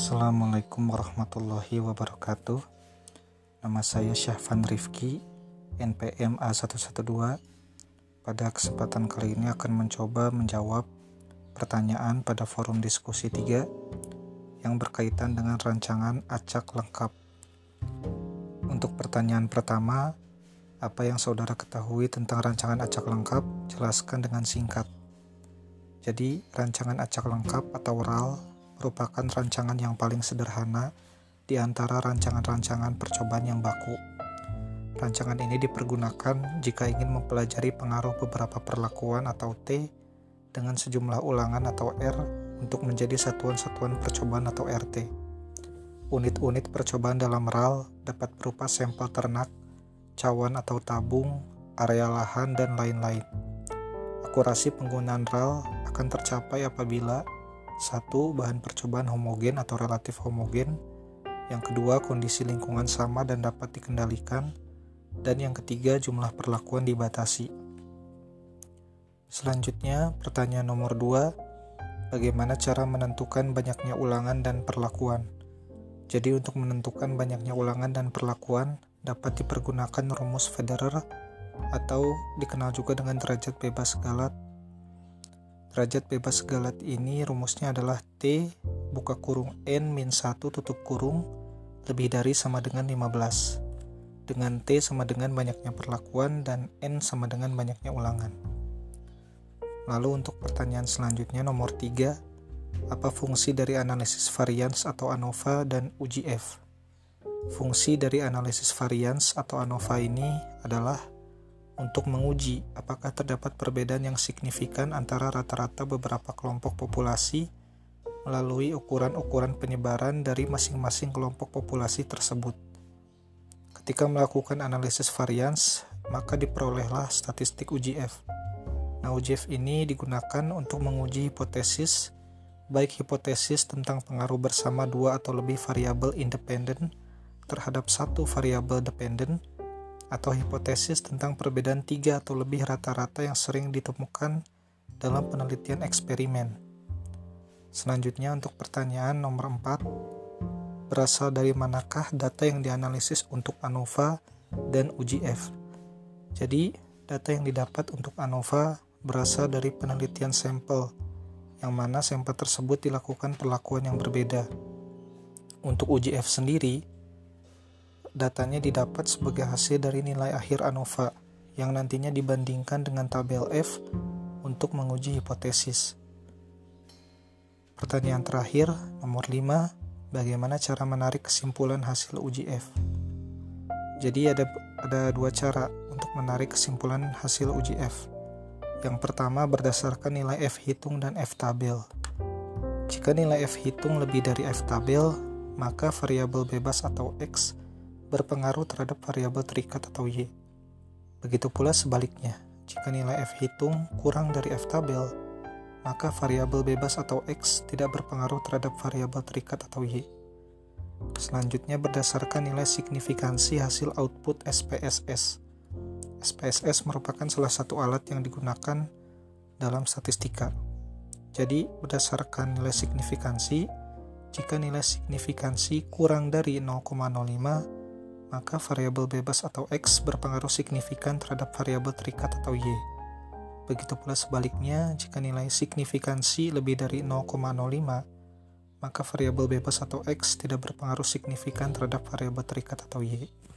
Assalamualaikum warahmatullahi wabarakatuh. Nama saya Syahvan Rifki, NPM A112. Pada kesempatan kali ini akan mencoba menjawab pertanyaan pada forum diskusi 3 yang berkaitan dengan rancangan acak lengkap. Untuk pertanyaan pertama, apa yang saudara ketahui tentang rancangan acak lengkap? Jelaskan dengan singkat. Jadi, rancangan acak lengkap atau RAL merupakan rancangan yang paling sederhana di antara rancangan-rancangan percobaan yang baku. Rancangan ini dipergunakan jika ingin mempelajari pengaruh beberapa perlakuan atau T dengan sejumlah ulangan atau R untuk menjadi satuan-satuan percobaan atau RT. Unit-unit percobaan dalam RAL dapat berupa sampel ternak, cawan atau tabung, area lahan, dan lain-lain. Akurasi penggunaan RAL akan tercapai apabila 1. Bahan percobaan homogen atau relatif homogen. Yang kedua, kondisi lingkungan sama dan dapat dikendalikan. Dan yang ketiga, jumlah perlakuan dibatasi. Selanjutnya, pertanyaan nomor 2. Bagaimana cara menentukan banyaknya ulangan dan perlakuan? Jadi untuk menentukan banyaknya ulangan dan perlakuan dapat dipergunakan rumus Federer atau dikenal juga dengan derajat bebas Galat. Derajat bebas Galat ini rumusnya adalah T buka kurung N min 1 tutup kurung lebih dari sama dengan 15, dengan T sama dengan banyaknya perlakuan dan N sama dengan banyaknya ulangan. Lalu untuk pertanyaan selanjutnya nomor 3, apa fungsi dari analisis varians atau ANOVA dan UGF? Fungsi dari analisis varians atau ANOVA ini adalah untuk menguji apakah terdapat perbedaan yang signifikan antara rata-rata beberapa kelompok populasi melalui ukuran-ukuran penyebaran dari masing-masing kelompok populasi tersebut. Ketika melakukan analisis varians, maka diperolehlah statistik UGF. Nah, UGF ini digunakan untuk menguji hipotesis, baik hipotesis tentang pengaruh bersama 2 atau lebih variabel independen terhadap satu variabel dependen, atau hipotesis tentang perbedaan 3 atau lebih rata-rata yang sering ditemukan dalam penelitian eksperimen. Selanjutnya untuk pertanyaan nomor 4, berasal dari manakah data yang dianalisis untuk ANOVA dan UGF? Jadi, data yang didapat untuk ANOVA berasal dari penelitian sampel, yang mana sampel tersebut dilakukan perlakuan yang berbeda. Untuk UGF sendiri, datanya didapat sebagai hasil dari nilai akhir ANOVA yang nantinya dibandingkan dengan tabel F untuk menguji hipotesis. Pertanyaan terakhir, nomor 5, bagaimana cara menarik kesimpulan hasil UGF? Jadi ada dua cara untuk menarik kesimpulan hasil UGF. Yang pertama berdasarkan nilai F hitung dan F tabel. Jika nilai F hitung lebih dari F tabel, maka variabel bebas atau X berpengaruh terhadap variabel terikat atau Y. Begitu pula sebaliknya, jika nilai F hitung kurang dari F tabel, maka variabel bebas atau X tidak berpengaruh terhadap variabel terikat atau Y. Selanjutnya berdasarkan nilai signifikansi hasil output SPSS. SPSS merupakan salah satu alat yang digunakan dalam statistika. Jadi berdasarkan nilai signifikansi, jika nilai signifikansi kurang dari 0,05, maka variabel bebas atau X berpengaruh signifikan terhadap variabel terikat atau Y. Begitu pula sebaliknya, jika nilai signifikansi lebih dari 0,05, maka variabel bebas atau X tidak berpengaruh signifikan terhadap variabel terikat atau Y.